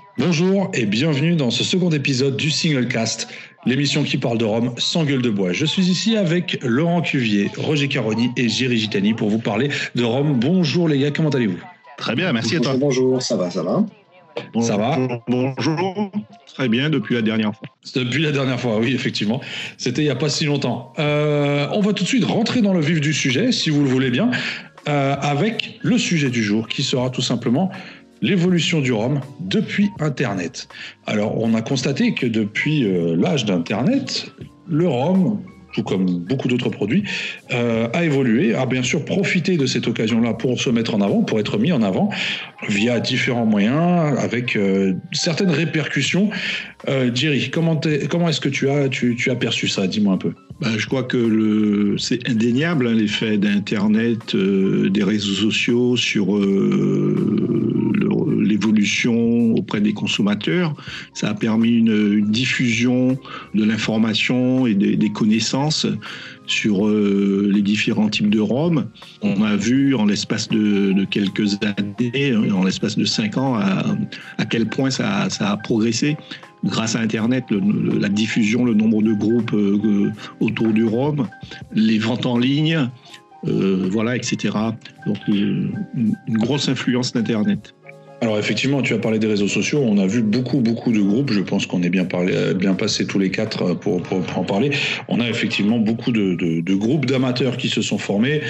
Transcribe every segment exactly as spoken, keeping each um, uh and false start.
Bonjour et bienvenue dans ce second épisode du Singlecast, l'émission qui parle de rhum sans gueule de bois. Je suis ici avec Laurent Cuvier, Roger Caroni et Géry Gitani pour vous parler de rhum. Bonjour les gars, comment allez-vous ? Très bien, merci. Bonjour, à toi. bonjour, ça va, ça va. Bonjour, ça va Bonjour, très bien depuis la dernière fois. Depuis la dernière fois, oui, effectivement. C'était il n'y a pas si longtemps. Euh, on va tout de suite rentrer dans le vif du sujet, si vous le voulez bien, euh, avec le sujet du jour qui sera tout simplement l'évolution du rhum depuis Internet. Alors, on a constaté que depuis euh, l'âge d'Internet, le rhum, tout comme beaucoup d'autres produits, euh, a évolué, a bien sûr profité de cette occasion-là pour se mettre en avant, pour être mis en avant, via différents moyens, avec euh, certaines répercussions. Euh, Jerry, comment, comment est-ce que tu as, tu, tu as perçu ça ? Dis-moi un peu. Ben, je crois que le, c'est indéniable, hein, l'effet d'Internet, euh, des réseaux sociaux sur euh, le, l'évolution auprès des consommateurs. Ça a permis une, une diffusion de l'information et des, des connaissances sur euh, les différents types de rhum. On a vu en l'espace de, de quelques années, en l'espace de cinq ans, à, à quel point ça, ça a progressé. Grâce à Internet, le, le, la diffusion, le nombre de groupes euh, autour du rhum, les ventes en ligne, euh, voilà, et cetera. Donc, une, une grosse influence d'Internet. Alors effectivement, tu as parlé des réseaux sociaux, on a vu beaucoup, beaucoup de groupes, je pense qu'on est bien, parlé, bien passé tous les quatre pour, pour, pour en parler. On a effectivement beaucoup de, de, de groupes d'amateurs qui se sont formés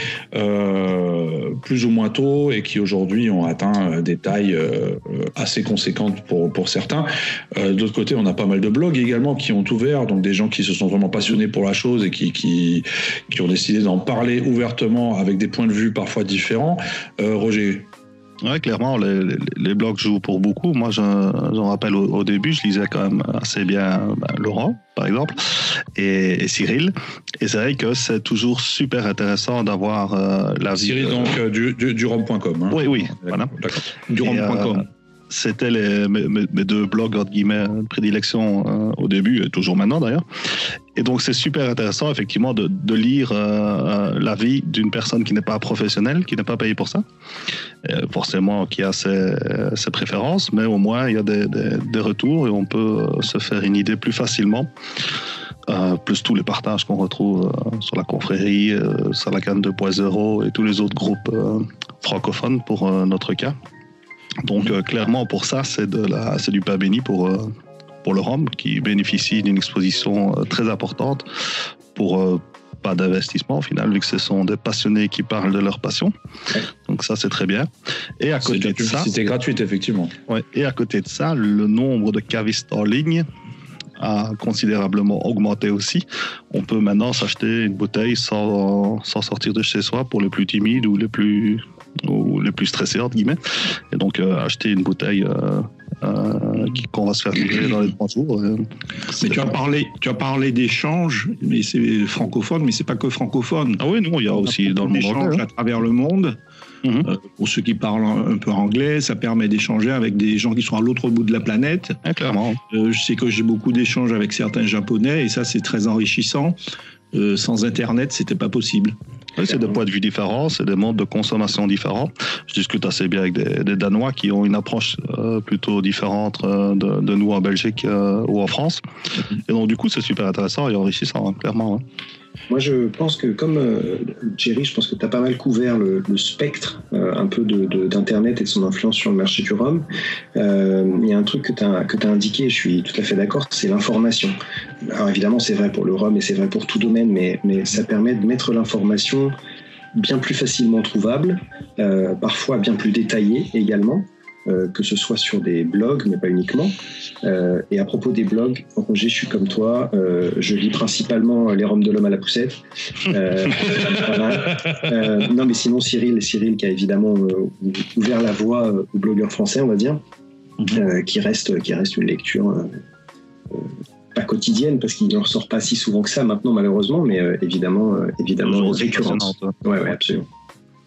euh, plus ou moins tôt et qui aujourd'hui ont atteint des tailles euh, assez conséquentes pour, pour certains. Euh, de l'autre côté, on a pas mal de blogs également qui ont ouvert, donc des gens qui se sont vraiment passionnés pour la chose et qui, qui, qui ont décidé d'en parler ouvertement avec des points de vue parfois différents. Euh, Roger ? Oui, clairement, les, les, les blogs jouent pour beaucoup. Moi, j'en, j'en rappelle au, au début, je lisais quand même assez bien ben, Laurent, par exemple, et, et Cyril. Et c'est vrai que c'est toujours super intéressant d'avoir euh, la vie... Cyril, donc, euh, du, du, du rhum point com. Hein. Oui, oui, voilà. D'accord. Du rhum point com. Euh, C'était les, mes, mes deux blogs, entre guillemets, de prédilection euh, au début, et toujours maintenant d'ailleurs. Et donc, c'est super intéressant, effectivement, de, de lire euh, la vie d'une personne qui n'est pas professionnelle, qui n'est pas payée pour ça. Euh, forcément, qui a ses, ses préférences, mais au moins, il y a des, des, des retours et on peut se faire une idée plus facilement. Euh, plus tous les partages qu'on retrouve euh, sur la confrérie, euh, sur la canne deux point zéro et tous les autres groupes euh, francophones pour euh, notre cas. Donc euh, clairement pour ça c'est de la c'est du pain béni pour euh, pour le rhum qui bénéficie d'une exposition euh, très importante pour euh, pas d'investissement au final vu que ce sont des passionnés qui parlent de leur passion. Donc ça c'est très bien. Et à côté c'est de ça c'était gratuit effectivement. Ouais, et à côté de ça le nombre de cavistes en ligne a considérablement augmenté aussi. On peut maintenant s'acheter une bouteille sans sans sortir de chez soi pour les plus timides ou les plus ou les plus stressés entre guillemets, et donc euh, acheter une bouteille euh, euh, qu'on va se faire livrer dans les trois jours. Euh, mais tu as parlé, tu as parlé d'échanges, mais c'est francophone, mais c'est pas que francophone. Ah oui, non, il y a aussi dans le monde anglais, à travers le monde. Mm-hmm. Euh, pour ceux qui parlent un peu anglais, ça permet d'échanger avec des gens qui sont à l'autre bout de la planète. Ah, clairement. Euh, je sais que j'ai beaucoup d'échanges avec certains Japonais et ça c'est très enrichissant. Euh, sans Internet, c'était pas possible. Oui, c'est des points de vue différents, c'est des modes de consommation différents. Je discute assez bien avec des, des Danois qui ont une approche euh, plutôt différente euh, de, de nous en Belgique euh, ou en France. Et donc, du coup, c'est super intéressant et enrichissant, hein, clairement. Hein. Moi, je pense que, comme euh, Jerry, je pense que tu as pas mal couvert le, le spectre euh, un peu de, de, d'Internet et de son influence sur le marché du rhum. Euh, il y a un truc que tu as que tu as indiqué, je suis tout à fait d'accord, c'est l'information. Alors évidemment, c'est vrai pour le rhum et c'est vrai pour tout domaine, mais, mais ça permet de mettre l'information bien plus facilement trouvable, euh, parfois bien plus détaillée également. Euh, que ce soit sur des blogs, mais pas uniquement. Euh, et à propos des blogs, Roger, je suis comme toi, euh, je lis principalement les rhums de l'homme à la poussette. Euh, voilà. euh, non, mais sinon, Cyril, Cyril qui a évidemment euh, ouvert la voie aux blogueurs français, on va dire, euh, qui, reste, qui reste une lecture euh, euh, pas quotidienne, parce qu'il n'en ressort pas si souvent que ça maintenant, malheureusement, mais euh, évidemment, euh, évidemment récurrente. Ouais, ouais, absolument.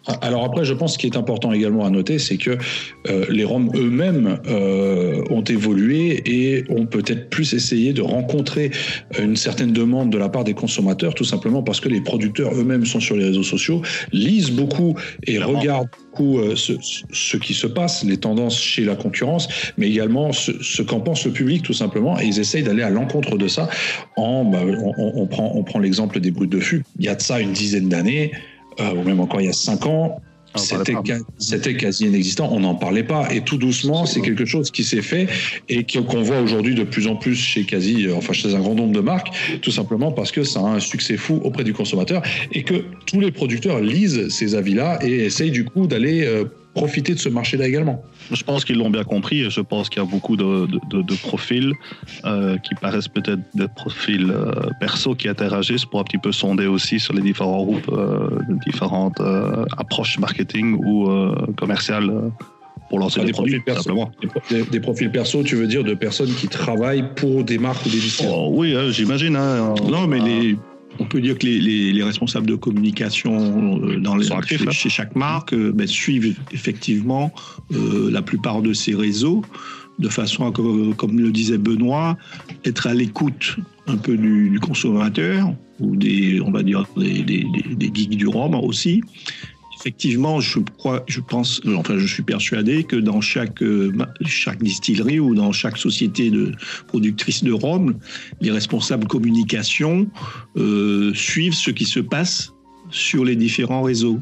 Alors après, je pense ce qui est important également à noter, c'est que euh, les rhums eux-mêmes euh, ont évolué et ont peut-être plus essayé de rencontrer une certaine demande de la part des consommateurs, tout simplement parce que les producteurs eux-mêmes sont sur les réseaux sociaux, lisent beaucoup et Clairement. regardent beaucoup euh, ce, ce qui se passe, les tendances chez la concurrence, mais également ce, ce qu'en pense le public, tout simplement, et ils essayent d'aller à l'encontre de ça. En, bah, on, on prend, on prend l'exemple des brutes de fût. Il y a de ça une dizaine d'années, Euh, ou même encore il y a cinq ans, c'était, ca- c'était quasi inexistant, on n'en parlait pas. Et tout doucement, c'est quelque chose qui s'est fait et qu'on voit aujourd'hui de plus en plus chez quasi, enfin chez un grand nombre de marques, tout simplement parce que ça a un succès fou auprès du consommateur et que tous les producteurs lisent ces avis-là et essayent du coup d'aller euh, profiter de ce marché-là également. Je pense qu'ils l'ont bien compris et je pense qu'il y a beaucoup de, de, de, de profils euh, qui paraissent peut-être des profils euh, perso qui interagissent pour un petit peu sonder aussi sur les différents groupes, euh, différentes euh, approches marketing ou euh, commerciales euh, pour lancer ah, des, des produits, perso, simplement. Des, des profils perso, tu veux dire de personnes qui travaillent pour des marques ou des distilleries? Oh, oui, hein, j'imagine. Hein, non, mais euh, les... On peut dire que les, les, les responsables de communication dans les, actifs, chez, chez chaque marque euh, ben, suivent effectivement euh, la plupart de ces réseaux de façon à, comme le disait Benoît, être à l'écoute un peu du, du consommateur ou des, on va dire, des, des, des, des geeks du rhum aussi. Effectivement, je crois, je pense, enfin, je suis persuadé que dans chaque chaque distillerie ou dans chaque société de productrice de rhum, les responsables communication euh, suivent ce qui se passe sur les différents réseaux.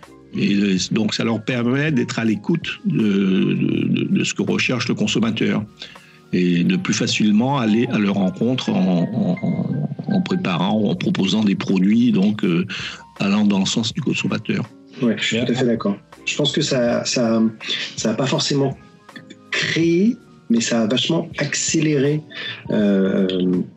Et donc, ça leur permet d'être à l'écoute de, de, de ce que recherche le consommateur et de plus facilement aller à leur rencontre en, en, en préparant ou en proposant des produits donc euh, allant dans le sens du consommateur. Ouais, je suis tout à fait d'accord. Je pense que ça, ça, ça n'a pas forcément créé, mais ça a vachement accéléré euh,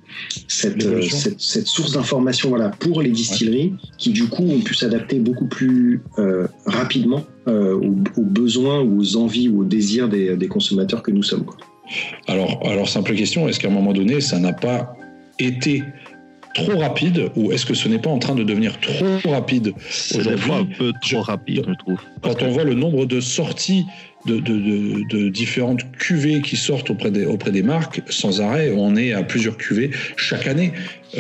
cette, euh, cette, cette source d'information, voilà, pour les distilleries, ouais. qui du coup ont pu s'adapter beaucoup plus euh, rapidement euh, aux, aux besoins ou aux envies ou aux désirs des, des consommateurs que nous sommes, quoi. Alors, alors, simple question, est-ce qu'à un moment donné, ça n'a pas été trop rapide, ou est-ce que ce n'est pas en train de devenir trop rapide aujourd'hui? C'est des fois un peu trop je, rapide, je trouve. Quand on voit le nombre de sorties de, de, de, de différentes cuvées qui sortent auprès des, auprès des marques, sans arrêt, on est à plusieurs cuvées chaque année,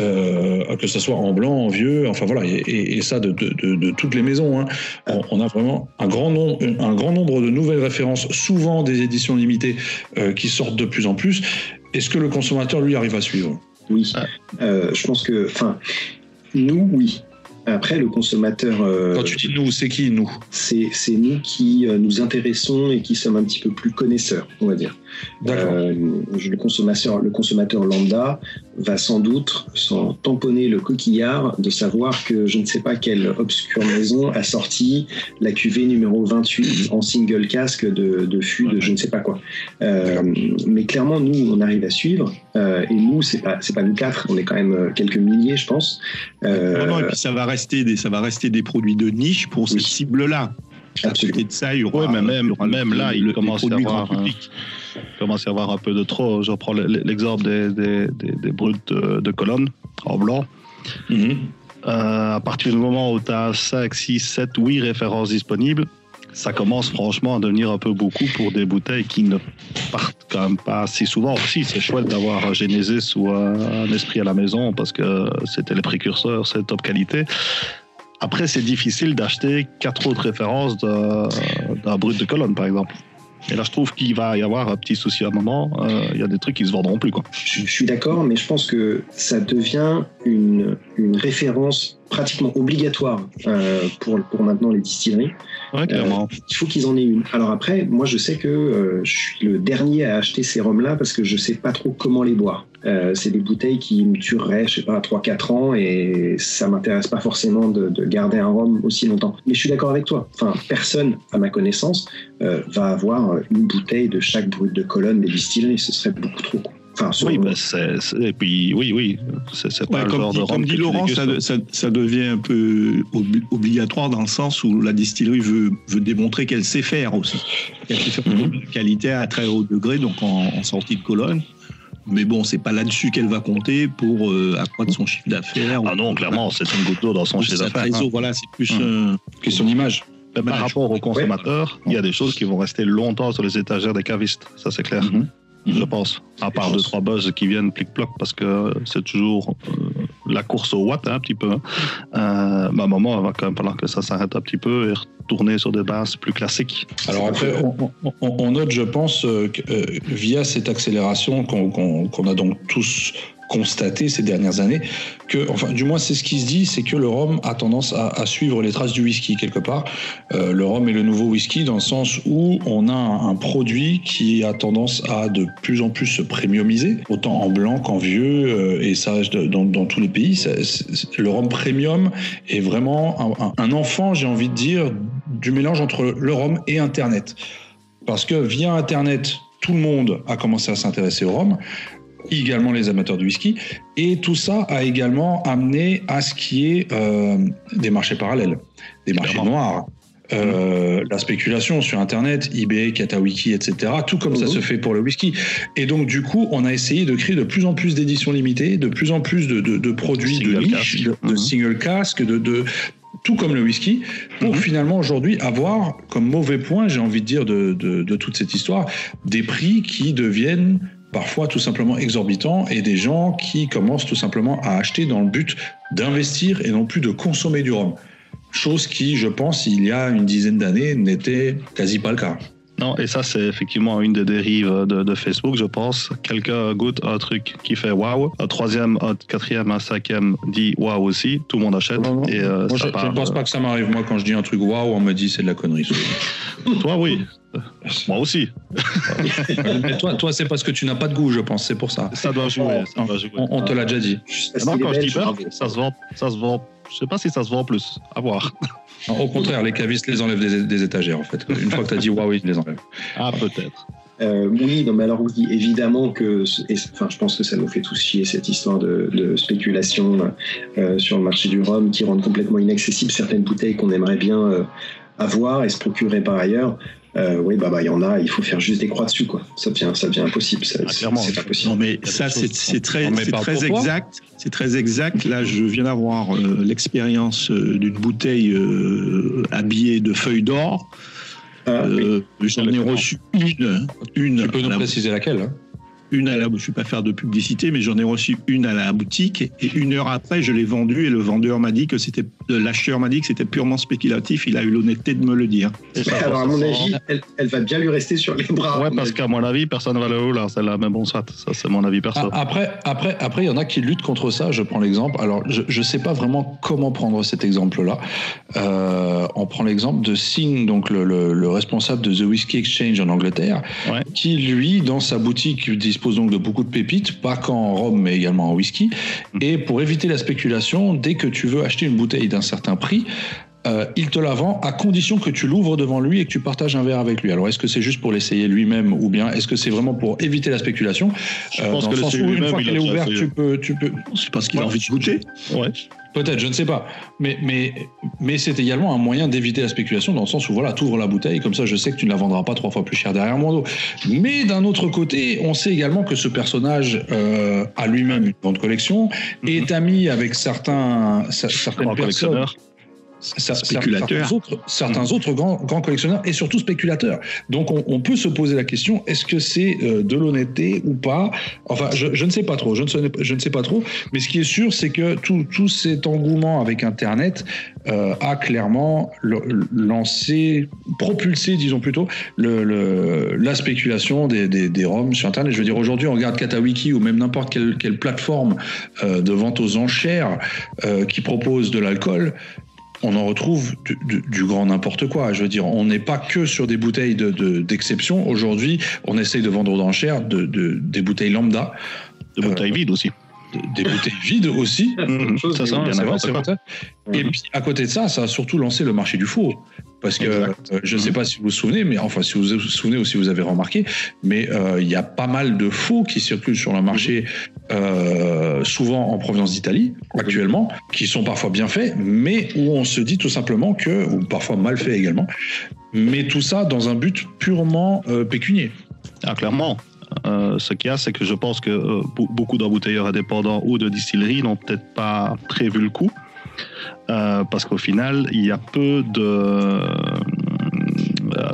euh, que ce soit en blanc, en vieux, enfin voilà, et, et, et ça de, de, de, de toutes les maisons. Hein. On, on a vraiment un grand, nombre, un grand nombre de nouvelles références, souvent des éditions limitées, euh, qui sortent de plus en plus. Est-ce que le consommateur, lui, arrive à suivre? Oui, euh, je pense que, enfin, nous, oui. Après, le consommateur... Euh, Quand tu dis nous, c'est qui nous? C'est, c'est nous qui euh, nous intéressons et qui sommes un petit peu plus connaisseurs, on va dire. D'accord. Euh, le, consommateur, le consommateur lambda va sans doute s'en tamponner le coquillard de savoir que je ne sais pas quelle obscure maison a sorti la cuvée numéro vingt-huit en single casque de, de fût de je ne sais pas quoi. Euh, mais clairement, nous, on arrive à suivre. Euh, et nous, c'est pas, c'est pas nous quatre, on est quand même quelques milliers, je pense. Euh, non, non, et puis ça va rester des, ça va rester des produits de niche pour oui. cette cible-là. Absolument. De ça, il y aura, ouais, mais même, il y aura même le, là, il commence à avoir, un, commence à avoir un peu de trop. Je reprends l'exemple des, des, des, des brutes de, de colonne en blanc. Mm-hmm. Euh, à partir du moment où tu as cinq, six, sept, huit références disponibles, ça commence franchement à devenir un peu beaucoup pour des bouteilles qui ne partent quand même pas si souvent. Aussi, c'est chouette d'avoir un Genesis ou un Esprit à la maison parce que c'était les précurseurs, c'est top qualité. Après, c'est difficile d'acheter quatre autres références d'un, d'un brut de colonne, par exemple. Et là, je trouve qu'il va y avoir un petit souci à un moment. Il euh, y a des trucs qui se vendront plus, quoi. Je, je suis d'accord, mais je pense que ça devient une, une référence pratiquement obligatoire euh, pour, pour maintenant les distilleries. Ouais, clairement. Euh, il faut qu'ils en aient une. Alors après, moi, je sais que euh, je suis le dernier à acheter ces rhums-là parce que je sais pas trop comment les boire. Euh, c'est des bouteilles qui me tueraient, je sais pas, à trois quatre ans et ça m'intéresse pas forcément de, de garder un rhum aussi longtemps. Mais je suis d'accord avec toi. Enfin, personne, à ma connaissance, euh, va avoir une bouteille de chaque brut de colonne des distilleries. Ce serait beaucoup trop, quoi. Enfin, oui, bah c'est, c'est, et puis oui, oui, c'est, c'est pas ouais, le genre dit, de rhum. Comme dit Laurent, ça, ça, ça devient un peu ob- obligatoire dans le sens où la distillerie veut, veut démontrer qu'elle sait faire aussi. Qu'elle sait faire mm-hmm. de qualité à très haut degré, donc en, en sortie de colonne. Mais bon, c'est pas là-dessus qu'elle va compter pour euh, accroître son chiffre d'affaires. Ah non, clairement, c'est une goutte d'eau dans son chiffre d'affaires. Réseau, hein. Voilà, c'est plus mmh. euh, question d'image. Mais par rapport aux consommateurs, il y a des choses qui vont rester longtemps sur les étagères des cavistes, ça c'est clair. Mm-hmm. Je pense, à part deux trois buzz qui viennent plic-ploc parce que c'est toujours euh, la course au watt hein, un petit peu. Hein. Euh, mais à un moment, il va quand même falloir que ça s'arrête un petit peu et retourner sur des bases plus classiques. Alors après, on, on, on note, je pense, euh, que, euh, via cette accélération qu'on, qu'on, qu'on a donc tous constaté ces dernières années, que, enfin, du moins, c'est ce qui se dit, c'est que le rhum a tendance à, à suivre les traces du whisky quelque part. Euh, le rhum est le nouveau whisky dans le sens où on a un, un produit qui a tendance à de plus en plus se premiumiser, autant en blanc qu'en vieux, euh, et ça dans, dans tous les pays. Ça, le rhum premium est vraiment un, un enfant, j'ai envie de dire, du mélange entre le rhum et Internet. Parce que via Internet, tout le monde a commencé à s'intéresser au rhum, également les amateurs de whisky, et tout ça a également amené à ce qui est euh, des marchés parallèles, des marchés Clairement. noirs, euh, mmh. la spéculation sur Internet, eBay, Katawiki, et cetera, tout comme mmh. ça se fait pour le whisky. Et donc, du coup, on a essayé de créer de plus en plus d'éditions limitées, de plus en plus de, de, de produits de niche, de, de mmh. single cask, de... de tout comme le whisky, pour mmh. finalement aujourd'hui avoir comme mauvais point, j'ai envie de dire, de, de, de toute cette histoire, des prix qui deviennent parfois tout simplement exorbitants et des gens qui commencent tout simplement à acheter dans le but d'investir et non plus de consommer du rhum. Chose qui, je pense, il y a une dizaine d'années, n'était quasi pas le cas. Non, et ça, c'est effectivement une des dérives de, de Facebook, je pense. Quelqu'un goûte un truc qui fait waouh, un troisième, un quatrième, un cinquième dit waouh aussi, tout le monde achète. Non, non. Et, euh, Moi, je ne pense pas que ça m'arrive. Moi, quand je dis un truc waouh, on me dit c'est de la connerie. Toi, oui. Moi aussi. Mais toi, toi, c'est parce que tu n'as pas de goût, je pense. C'est pour ça. Ça doit jouer. Ça doit jouer. On, on te l'a déjà dit. Non, quand je dis peur, ça se vend. Ça se vend. Je sais pas si ça se vend plus. À voir. Non, au contraire, les cavistes les enlèvent des, des étagères, en fait. Une fois que tu as dit waouh, ils les enlèvent. Ah, peut-être. Euh, oui, non, mais alors oui, évidemment que, et, enfin, je pense que ça nous fait tous chier cette histoire de, de spéculation euh, sur le marché du rhum qui rend complètement inaccessibles certaines bouteilles qu'on aimerait bien euh, avoir et se procurer par ailleurs. Euh, oui, bah, bah, il y en a, il faut faire juste des croix dessus, quoi. Ça devient, ça devient impossible. Ça, ah, clairement, c'est pas possible. Non, mais ça, c'est, c'est très, c'est très exact. C'est très exact. Là, je viens d'avoir euh, l'expérience euh, d'une bouteille euh, habillée de feuilles d'or. Ah, euh, oui. J'en ai reçu une. une tu peux nous préciser laquelle, hein? Une à la, je ne vais pas faire de publicité, mais j'en ai reçu une à la boutique et une heure après, je l'ai vendue et le vendeur m'a dit que c'était, l'acheteur m'a dit que c'était purement spéculatif. Il a eu l'honnêteté de me le dire. Ça, alors à mon avis, elle, elle va bien lui rester sur les bras. Ouais, parce qu'à mon avis, personne ne va le vouloir, celle-là. Mais bon, soit, ça c'est mon avis perso. Après, après, après, il y en a qui luttent contre ça. Je prends l'exemple. Alors, je ne sais pas vraiment comment prendre cet exemple-là. Euh, on prend l'exemple de Singh, donc le, le, le responsable de The Whisky Exchange en Angleterre, ouais. qui lui, dans sa boutique, dispose donc de beaucoup de pépites, pas qu'en rhum mais également en whisky. Et pour éviter la spéculation, dès que tu veux acheter une bouteille d'un certain prix, euh, il te la vend à condition que tu l'ouvres devant lui et que tu partages un verre avec lui. Alors est-ce que c'est juste pour l'essayer lui-même ou bien est-ce que c'est vraiment pour éviter la spéculation? Je euh, pense dans que le sens où une fois qu'elle est ouverte, tu peux, tu peux. C'est parce qu'il ouais. a envie de goûter. Ouais. Peut-être, je ne sais pas. Mais, mais, mais c'est également un moyen d'éviter la spéculation dans le sens où voilà, tu ouvres la bouteille, comme ça je sais que tu ne la vendras pas trois fois plus cher derrière mon dos. Mais d'un autre côté, on sait également que ce personnage euh, a lui-même une grande collection, mm-hmm. est ami avec certains, certaines personnes. Spéculateurs. Certains autres, certains mmh. autres grands, grands collectionneurs et surtout spéculateurs. Donc on, on peut se poser la question, est-ce que c'est euh, de l'honnêteté ou pas? Enfin, je, je ne sais pas trop, je ne sais, je ne sais pas trop, mais ce qui est sûr, c'est que tout, tout cet engouement avec Internet euh, a clairement le, lancé, propulsé, disons plutôt, le, le, la spéculation des, des, des rhums sur Internet. Je veux dire, aujourd'hui, on regarde Katawiki ou même n'importe quelle, quelle plateforme euh, de vente aux enchères euh, qui propose de l'alcool. On en retrouve du, du, du grand n'importe quoi. Je veux dire, on n'est pas que sur des bouteilles de, de, d'exception. Aujourd'hui, on essaye de vendre aux enchères de, de, des bouteilles lambda. De bouteilles euh, vides aussi. Des bouteilles vides aussi. Mmh, ça, ça, c'est vrai, c'est vrai. Et puis, à côté de ça, ça a surtout lancé le marché du faux. Parce que euh, je ne sais pas si vous vous souvenez, mais enfin, si vous vous souvenez ou si vous avez remarqué, mais il euh, y a pas mal de faux qui circulent sur le marché, euh, souvent en provenance d'Italie, actuellement, qui sont parfois bien faits, mais où on se dit tout simplement que, ou parfois mal faits également, mais tout ça dans un but purement euh, pécunier. Ah, clairement. Euh, ce qu'il y a, c'est que je pense que euh, beaucoup d'embouteilleurs indépendants ou de distilleries n'ont peut-être pas prévu le coup. Euh, parce qu'au final, il y a peu de,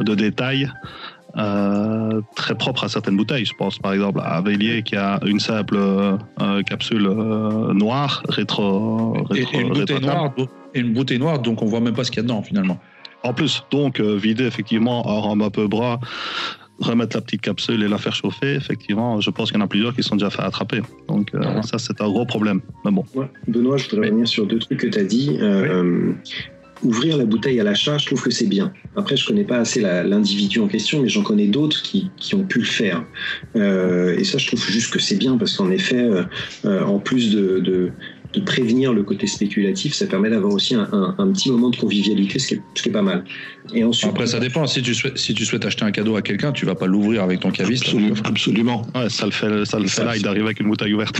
de détail euh, très propre à certaines bouteilles. Je pense par exemple à Vélier qui a une simple euh, capsule euh, noire rétro, rétro et, et une bouteille noire, et une bouteille noire, donc on voit même pas ce qu'il y a dedans finalement. En plus, donc euh, vider effectivement un rhum un peu bras, remettre la petite capsule et la faire chauffer, effectivement, je pense qu'il y en a plusieurs qui sont déjà fait attraper. Donc euh, ah. ça, c'est un gros problème. Mais bon. Ouais. Benoît, je voudrais oui. revenir sur deux trucs que tu as dit. Euh, oui. Ouvrir la bouteille à l'achat, je trouve que c'est bien. Après, je connais pas assez la, l'individu en question, mais j'en connais d'autres qui, qui ont pu le faire. Euh, et ça, je trouve juste que c'est bien, parce qu'en effet, euh, en plus de... de de prévenir le côté spéculatif, ça permet d'avoir aussi un, un, un petit moment de convivialité, ce qui est, ce qui est pas mal. Et ensuite, après, ça dépend. Si tu souhaites, si tu souhaites acheter un cadeau à quelqu'un, tu vas pas l'ouvrir avec ton caviste. Absolument. absolument. Ouais, ça le fait, ça le fait là, d'arriver avec une bouteille ouverte.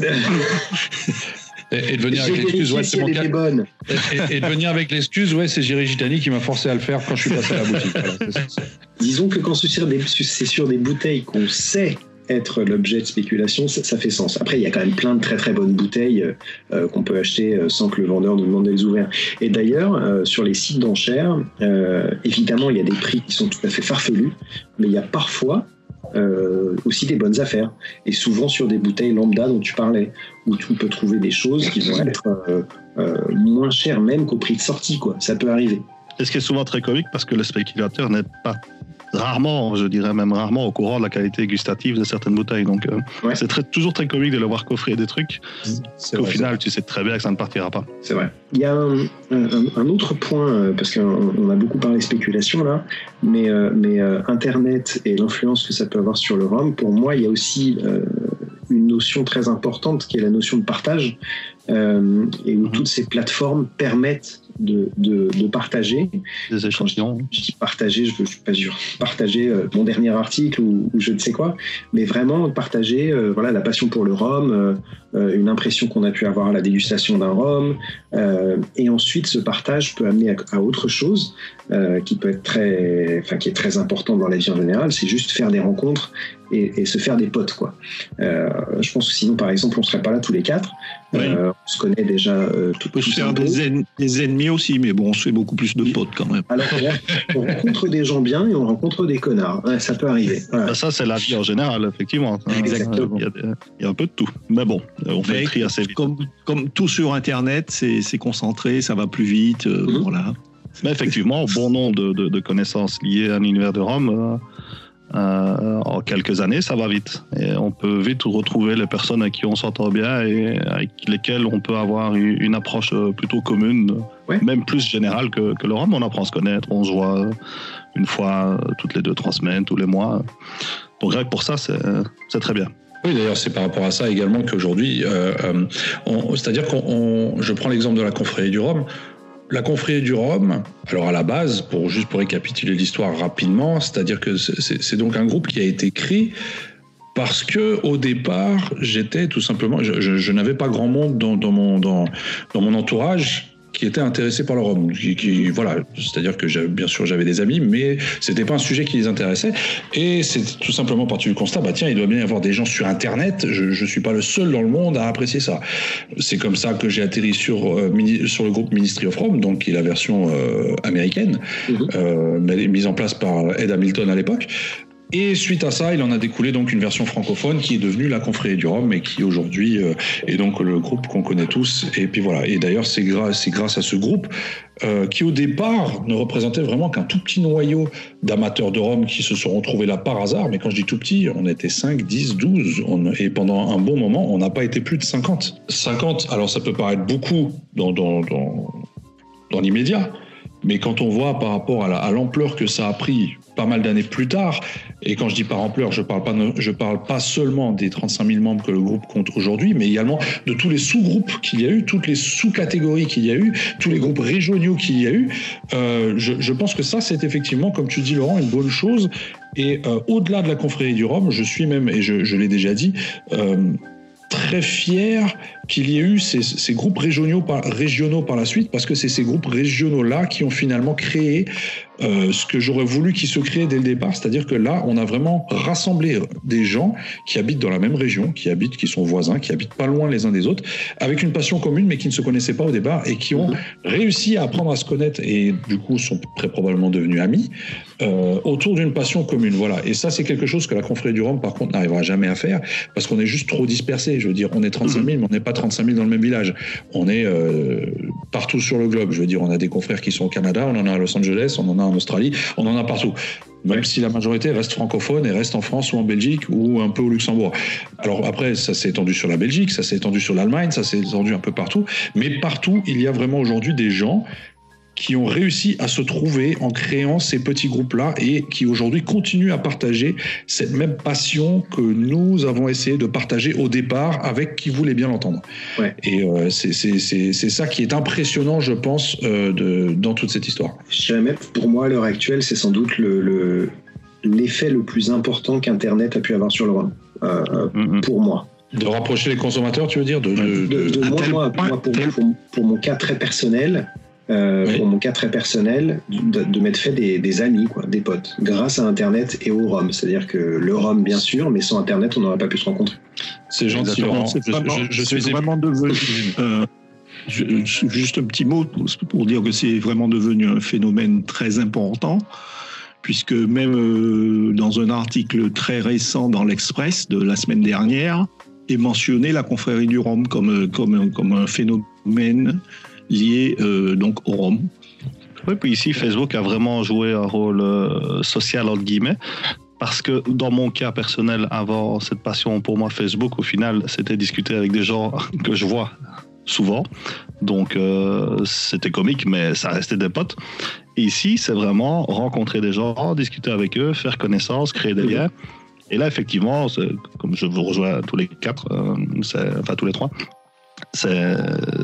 et, et de venir avec l'excuse, ouais, c'est mon cas. Et, et, et de venir avec l'excuse, ouais, c'est Géry Gitani qui m'a forcé à le faire quand je suis passé à la boutique. Voilà, c'est ça, c'est... Disons que quand c'est sur des, c'est sur des bouteilles qu'on sait être l'objet de spéculation, ça, ça fait sens. Après, il y a quand même plein de très très bonnes bouteilles euh, qu'on peut acheter euh, sans que le vendeur nous demande de les ouvrir. Et d'ailleurs, euh, sur les sites d'enchères, euh, évidemment, il y a des prix qui sont tout à fait farfelus, mais il y a parfois euh, aussi des bonnes affaires. Et souvent sur des bouteilles lambda dont tu parlais, où tu peux trouver des choses qui vont être euh, euh, moins chères même qu'au prix de sortie, quoi. Ça peut arriver. Et ce qui est souvent très comique, parce que le spéculateur n'est pas rarement, je dirais même rarement, au courant de la qualité gustative de certaines bouteilles. Donc, euh, ouais. c'est très, toujours très comique de le voir coffrer des trucs c'est qu'au vrai, final, tu sais très bien que ça ne partira pas. C'est vrai. Il y a un, un, un autre point, parce qu'on on a beaucoup parlé spéculation là, mais, euh, mais euh, Internet et l'influence que ça peut avoir sur le rhum, pour moi, il y a aussi euh, une notion très importante qui est la notion de partage, euh, et où mmh. toutes ces plateformes permettent De, de, de partager des échantillons. Je, je dis partager, je ne suis pas sûr, partager euh, mon dernier article ou, ou je ne sais quoi, mais vraiment partager euh, voilà, la passion pour le rhum, euh, une impression qu'on a pu avoir à la dégustation d'un rhum, euh, et ensuite ce partage peut amener à, à autre chose euh, qui peut être très, enfin qui est très important dans la vie en général, c'est juste faire des rencontres et, et se faire des potes, quoi. Euh, je pense que sinon, par exemple, on ne serait pas là tous les quatre. Oui. Euh, on se connaît déjà euh, tout. On peut se faire des, en, des ennemis aussi, mais bon, on se fait beaucoup plus de potes quand même. Alors, on rencontre des gens bien et on rencontre des connards. Ouais, ça peut arriver. Voilà. Ça, c'est la vie en général, effectivement. Exactement. Il y, a, il y a un peu de tout. Mais bon, on fait mais le tri assez vite. Comme, comme tout sur Internet, c'est, c'est concentré, ça va plus vite. Euh, mm-hmm. Voilà. Mais effectivement, bon nombre de, de, de connaissances liées à l'univers de rhum. Euh, Euh, en quelques années, ça va vite. Et on peut vite retrouver les personnes avec qui on s'entend bien et avec lesquelles on peut avoir une approche plutôt commune, ouais. même plus générale que, que le rhum. On apprend à se connaître, on se voit une fois toutes les deux, trois semaines, tous les mois. Donc rien que pour ça, c'est, c'est très bien. Oui, d'ailleurs, c'est par rapport à ça également qu'aujourd'hui, euh, on, c'est-à-dire qu'on, on, je prends l'exemple de la confrérie du rhum. La confrérie du rhum, alors à la base, pour, juste pour récapituler l'histoire rapidement, c'est-à-dire que c'est, c'est donc un groupe qui a été créé parce que au départ, j'étais tout simplement, je, je, je n'avais pas grand monde dans, dans, mon, dans, dans mon entourage qui était intéressé par le rhum. Qui, qui, voilà, c'est-à-dire que j'avais, bien sûr j'avais des amis, mais c'était pas un sujet qui les intéressait. Et c'est tout simplement parti du constat, bah tiens, il doit bien y avoir des gens sur Internet. Je, je suis pas le seul dans le monde à apprécier ça. C'est comme ça que j'ai atterri sur euh, mini, sur le groupe Ministry of Rhum, donc qui est la version euh, américaine, mm-hmm. euh, mise en place par Ed Hamilton à l'époque. Et suite à ça, il en a découlé donc une version francophone qui est devenue la confrérie du rhum et qui aujourd'hui euh, est donc le groupe qu'on connaît tous. Et puis voilà. Et d'ailleurs, c'est grâce, c'est grâce à ce groupe euh, qui au départ ne représentait vraiment qu'un tout petit noyau d'amateurs de rhum qui se sont retrouvés là par hasard. Mais quand je dis tout petit, on était cinq, dix, douze. On, et pendant un bon moment, on n'a pas été plus de cinquante. cinquante, alors ça peut paraître beaucoup dans, dans, dans, dans l'immédiat. Mais quand on voit par rapport à, la, à l'ampleur que ça a pris pas mal d'années plus tard, et quand je dis par ampleur, je parle pas, je parle pas seulement des trente-cinq mille membres que le groupe compte aujourd'hui, mais également de tous les sous-groupes qu'il y a eu, toutes les sous-catégories qu'il y a eu, tous les groupes régionaux qu'il y a eu. Euh, je, je pense que ça, c'est effectivement, comme tu dis Laurent, une bonne chose. Et euh, au-delà de la confrérie du rhum, je suis même, et je, je l'ai déjà dit, euh, très fier qu'il y ait eu ces, ces groupes régionaux par, régionaux par la suite, parce que c'est ces groupes régionaux-là qui ont finalement créé euh, ce que j'aurais voulu qu'ils se créent dès le départ, c'est-à-dire que là, on a vraiment rassemblé des gens qui habitent dans la même région, qui habitent, qui sont voisins, qui habitent pas loin les uns des autres, avec une passion commune, mais qui ne se connaissaient pas au départ et qui ont réussi à apprendre à se connaître et du coup sont très probablement devenus amis euh, autour d'une passion commune. Voilà. Et ça, c'est quelque chose que la confrérie du Rhum, par contre, n'arrivera jamais à faire parce qu'on est juste trop dispersés. Je veux dire, on est trente-cinq mille, mais on n'est pas trente-cinq mille dans le même village. On est euh, partout sur le globe. Je veux dire, on a des confrères qui sont au Canada, on en a à Los Angeles, on en a en Australie, on en a partout. Même si la majorité reste francophone et reste en France ou en Belgique ou un peu au Luxembourg. Alors après, ça s'est étendu sur la Belgique, ça s'est étendu sur l'Allemagne, ça s'est étendu un peu partout. Mais partout, il y a vraiment aujourd'hui des gens qui ont réussi à se trouver en créant ces petits groupes-là et qui aujourd'hui continuent à partager cette même passion que nous avons essayé de partager au départ avec qui voulait bien l'entendre. Ouais. Et euh, c'est, c'est, c'est, c'est ça qui est impressionnant, je pense, euh, de, dans toute cette histoire. Je dirais même, pour moi, à l'heure actuelle, c'est sans doute le, le, l'effet le plus important qu'Internet a pu avoir sur le Rhum, euh, mm-hmm. pour moi. De rapprocher les consommateurs, tu veux dire de, de, de, de, de moi, moi, moi pour, pour, pour mon cas très personnel, Euh, oui. Pour mon cas très personnel, de, de m'être fait des, des amis, quoi, des potes, grâce à Internet et au Rhum. C'est-à-dire que le Rhum, bien sûr, mais sans Internet, on n'aurait pas pu se rencontrer. C'est gentil, Laurent. C'est vraiment, je, je, je suis vraiment devenu... euh, je, je, juste un petit mot pour, pour dire que c'est vraiment devenu un phénomène très important, puisque même euh, dans un article très récent dans l'Express de la semaine dernière, est mentionné la confrérie du Rhum comme, comme, comme un phénomène lié euh, donc au Rhum. Oui, puis ici, Facebook a vraiment joué un rôle euh, social, entre guillemets, parce que dans mon cas personnel, avant cette passion pour moi, Facebook, au final, c'était discuter avec des gens que je vois souvent. Donc, euh, c'était comique, mais ça restait des potes. Et ici, c'est vraiment rencontrer des gens, discuter avec eux, faire connaissance, créer des liens. Et là, effectivement, c'est, comme je vous rejoins tous les quatre, euh, c'est, enfin tous les trois, c'est,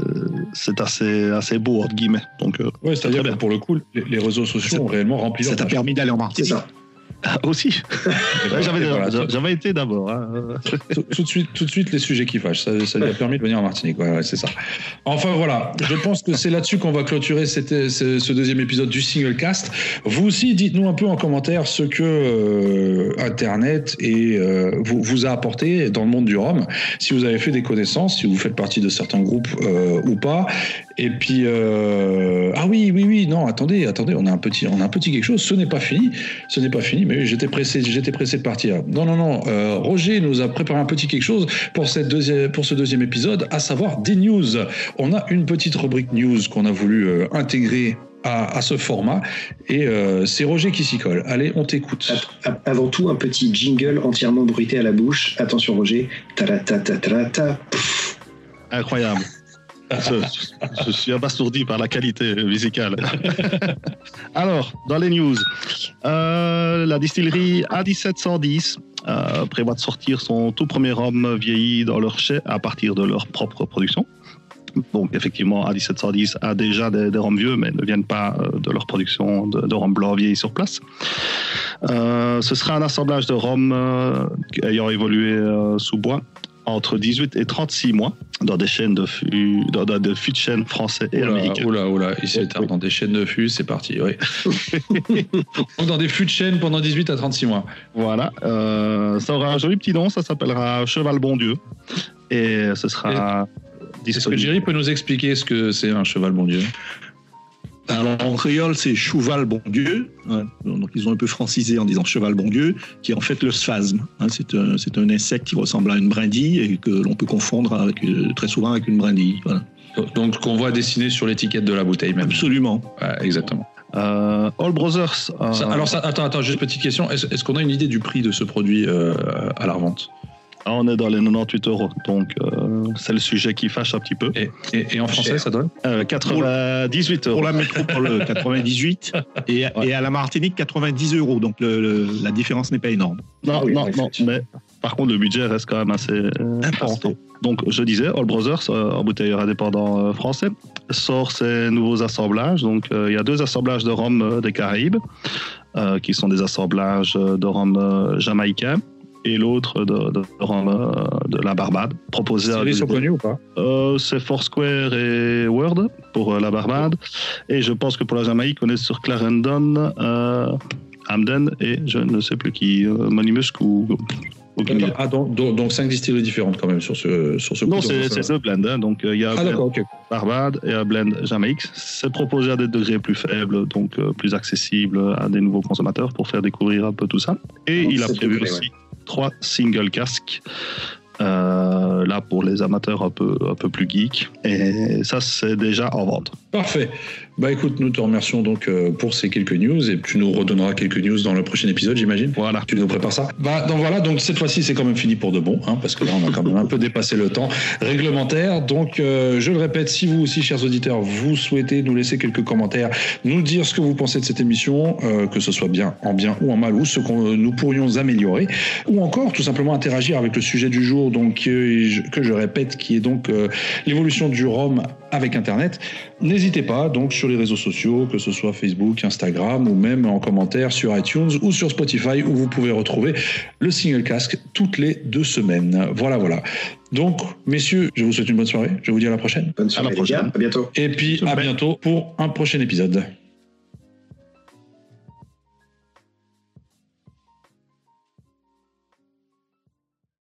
c'est assez, assez beau, entre guillemets. Donc, euh, ouais, c'est-à-dire que pour le coup, les, les réseaux sociaux ont réellement rempli leur Ça t'a page. permis d'aller en Martinique. Ah, aussi. Ouais, j'avais, voilà, j'avais été d'abord. Hein. Tout, tout de suite, tout de suite les sujets qui fâchent. Ça, ça lui a permis de venir en Martinique. Ouais, ouais, c'est ça. Enfin voilà, je pense que c'est là-dessus qu'on va clôturer cette, ce, ce deuxième épisode du Single Cast. Vous aussi, dites-nous un peu en commentaire ce que euh, Internet et, euh, vous, vous a apporté dans le monde du Rhum. Si vous avez fait des connaissances, si vous faites partie de certains groupes euh, ou pas. Et puis euh, ah oui, oui, oui. Non, attendez, attendez. On a un petit, on a un petit quelque chose. Ce n'est pas fini. Ce n'est pas fini. Mais j'étais pressé, j'étais pressé de partir. Non, non, non. Euh, Roger nous a préparé un petit quelque chose pour cette deuxième, pour ce deuxième épisode, à savoir des news. On a une petite rubrique news qu'on a voulu euh, intégrer à, à ce format, et euh, c'est Roger qui s'y colle. Allez, on t'écoute. Avant tout, un petit jingle entièrement bruité à la bouche. Attention, Roger. Ta-ra-ta-ta-ta-ta. Incroyable. Je, je suis abasourdi par la qualité musicale. Alors, dans les news, euh, la distillerie A dix-sept cent dix euh, prévoit de sortir son tout premier rhum vieilli dans leur chai à partir de leur propre production. Donc, effectivement, A dix-sept cent dix a déjà des, des rhums vieux, mais ne viennent pas de leur production de, de rhum blanc vieilli sur place. Euh, ce sera un assemblage de rhum euh, ayant évolué euh, sous bois entre dix-huit et trente-six mois dans des chaînes de fûts, dans, dans des fûts de chêne français et oula, américains. Oula, oula, il s'étard oui. Dans des chaînes de fûts, c'est parti, oui. Donc dans des fûts de chêne pendant dix-huit à trente-six mois. Voilà, euh, ça aura un joli petit nom, ça s'appellera Cheval Bon Dieu. Et ce sera... Et, est-ce que Jerry peut nous expliquer ce que c'est un Cheval Bon Dieu ? Alors en créole, c'est Chouval Bon Dieu. Hein, donc ils ont un peu francisé en disant Cheval Bon Dieu, qui est en fait le spasme. Hein, c'est, un, c'est un insecte qui ressemble à une brindille et que l'on peut confondre avec, très souvent avec une brindille. Voilà. Donc qu'on voit dessiné sur l'étiquette de la bouteille même. Absolument. Ouais, exactement. Euh, All Brothers. Euh... Ça, alors ça, attends, attends, juste petite question. Est-ce, est-ce qu'on a une idée du prix de ce produit euh, à la revente ? On est dans les quatre-vingt-dix-huit euros, donc euh, c'est le sujet qui fâche un petit peu. Et, et, et en français, cher. Ça donne euh, quatre-vingt-dix-huit euros. Pour la métropole, quatre-vingt-dix-huit, et, ouais. et à la Martinique, quatre-vingt-dix euros, donc le, le, la différence n'est pas énorme. Non, oui, non, non, mais par contre, le budget reste quand même assez euh, important. Donc, je disais, All Brothers, euh, embouteilleur indépendant euh, français, sort ses nouveaux assemblages. Donc, euh, il y a deux assemblages de rhum euh, des Caraïbes, euh, qui sont des assemblages de rhum euh, jamaïcain. et l'autre de, de, de, de la Barbade. Proposé à. Ils sont connus ou pas euh, C'est Foursquare et Word pour la Barbade. Et je pense que pour la Jamaïque, on est sur Clarendon, euh, Hamden et je ne sais plus qui, euh, Monimusc ou. Ah, donc, donc, donc cinq distilleries différentes quand même sur ce sur ce Non, c'est, c'est deux blends. Hein. Donc il y a ah, un blend okay. Barbade et un blend Jamaïque. C'est proposé à des degrés plus faibles, donc euh, plus accessibles à des nouveaux consommateurs pour faire découvrir un peu tout ça. Et donc, il a prévu degrés, aussi ouais. trois single casques. Euh, là pour les amateurs un peu, un peu plus geeks. Et ça, c'est déjà en vente. Parfait. Bah écoute, nous te remercions donc euh, pour ces quelques news et tu nous redonneras quelques news dans le prochain épisode, j'imagine. Voilà. Tu nous prépares ça. Bah donc voilà, donc cette fois-ci c'est quand même fini pour de bon, hein, parce que là on a quand même un peu dépassé le temps réglementaire. Donc euh, je le répète, si vous aussi, chers auditeurs, vous souhaitez nous laisser quelques commentaires, nous dire ce que vous pensez de cette émission, euh, que ce soit bien en bien ou en mal, ou ce que nous pourrions améliorer, ou encore tout simplement interagir avec le sujet du jour, donc euh, que je répète, qui est donc euh, l'évolution du rhum avec Internet. N'hésitez pas donc sur les réseaux sociaux, que ce soit Facebook, Instagram ou même en commentaire sur iTunes ou sur Spotify où vous pouvez retrouver le Single Cask toutes les deux semaines. Voilà, voilà. Donc, messieurs, je vous souhaite une bonne soirée. Je vous dis à la prochaine. Bonne soirée, à la prochaine. Les gars. À bientôt. Et puis, à bientôt pour un prochain épisode.